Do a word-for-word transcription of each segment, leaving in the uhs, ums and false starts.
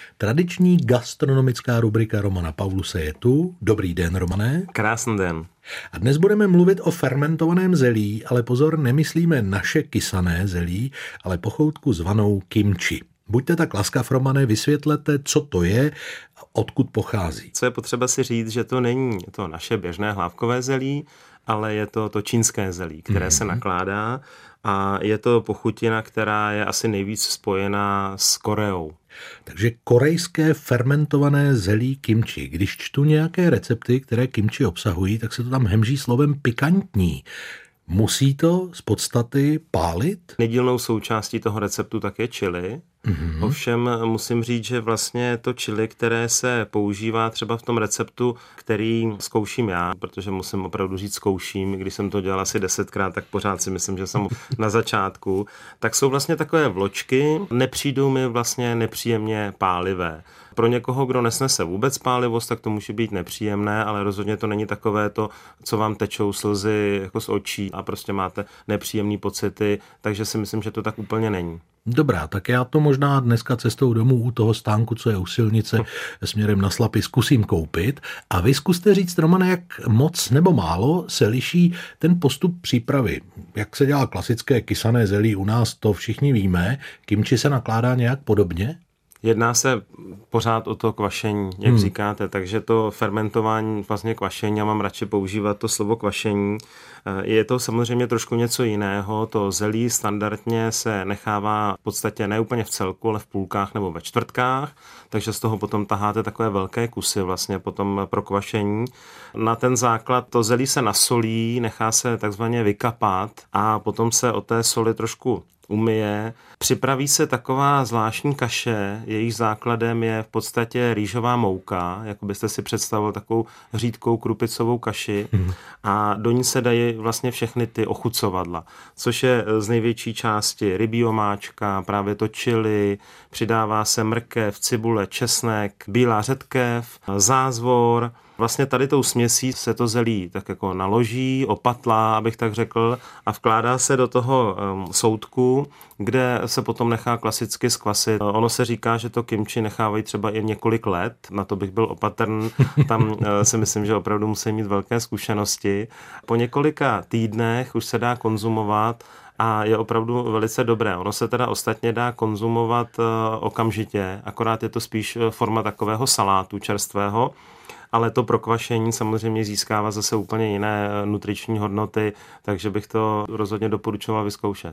Tradiční gastronomická rubrika Romana Pauluse je tu. Dobrý den, Romane. Krásný den. A dnes budeme mluvit o fermentovaném zelí, ale pozor, nemyslíme naše kysané zelí, ale pochoutku zvanou kimči. Buďte tak laskav, Romane, vysvětlete, co to je a odkud pochází. Co je potřeba si říct, že to není to naše běžné hlávkové zelí, ale je to to čínské zelí, které mm-hmm. se nakládá a je to pochutina, která je asi nejvíc spojená s Koreou. Takže korejské fermentované zelí kimči. Když čtu nějaké recepty, které kimči obsahují, tak se to tam hemží slovem pikantní. Musí to z podstaty pálit? Nedílnou součástí toho receptu tak je chili. Mm-hmm. Ovšem musím říct, že vlastně to chili, které se používá třeba v tom receptu, který zkouším já, protože musím opravdu říct zkouším, když jsem to dělal asi desetkrát, tak pořád si myslím, že jsem na začátku, tak jsou vlastně takové vločky, nepřijdou mi vlastně nepříjemně pálivé. Pro někoho, kdo nesnese vůbec pálivost, tak to může být nepříjemné, ale rozhodně to není takové to, co vám tečou slzy jako z očí a prostě máte nepříjemné pocity, takže si myslím, že to tak úplně není. Dobrá, tak já to možná dneska cestou domů u toho stánku, co je u silnice, směrem na Slapy, zkusím koupit. A vy zkuste říct, Romane, jak moc nebo málo se liší ten postup přípravy. Jak se dělá klasické kysané zelí u nás, to všichni víme. Kimči se nakládá nějak podobně? Jedná se pořád o to kvašení, jak hmm. říkáte, takže to fermentování, vlastně kvašení, já mám radši používat to slovo kvašení. Je to samozřejmě trošku něco jiného, to zelí standardně se nechává v podstatě ne úplně v celku, ale v půlkách nebo ve čtvrtkách, takže z toho potom taháte takové velké kusy vlastně potom pro kvašení. Na ten základ to zelí se nasolí, nechá se takzvaně vykapat a potom se od té soli trošku umyje. Připraví se taková zvláštní kaše, jejich základem je v podstatě rýžová mouka, jako byste si představil takovou řídkou krupicovou kaši mm. a do ní se dají vlastně všechny ty ochucovadla, což je z největší části rybí omáčka, právě to chili, přidává se mrkev, cibule, česnek, bílá řetkev, zázvor. Vlastně tady tou směsí se to zelí tak jako naloží, opatlá, abych tak řekl, a vkládá se do toho um, soudku, kde se potom nechá klasicky zkvasit. Ono se říká, že to kimči nechávají třeba i několik let, na to bych byl opatrný, tam uh, si myslím, že opravdu musí mít velké zkušenosti. Po několika týdnech už se dá konzumovat a je opravdu velice dobré. Ono se teda ostatně dá konzumovat uh, okamžitě, akorát je to spíš forma takového salátu čerstvého, ale to prokvašení samozřejmě získává zase úplně jiné nutriční hodnoty, takže bych to rozhodně doporučoval vyzkoušet.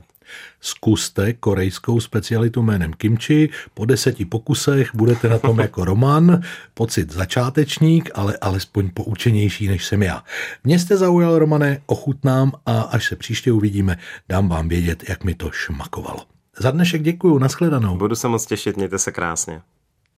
Zkuste korejskou specialitu jménem kimči, po deseti pokusech budete na tom jako Roman, pocit začátečník, ale alespoň poučenější než jsem já. Mě jste zaujal, Romane, ochutnám a až se příště uvidíme, dám vám vědět, jak mi to šmakovalo. Za dnešek děkuju, nashledanou. Budu se moc těšit, mějte se krásně.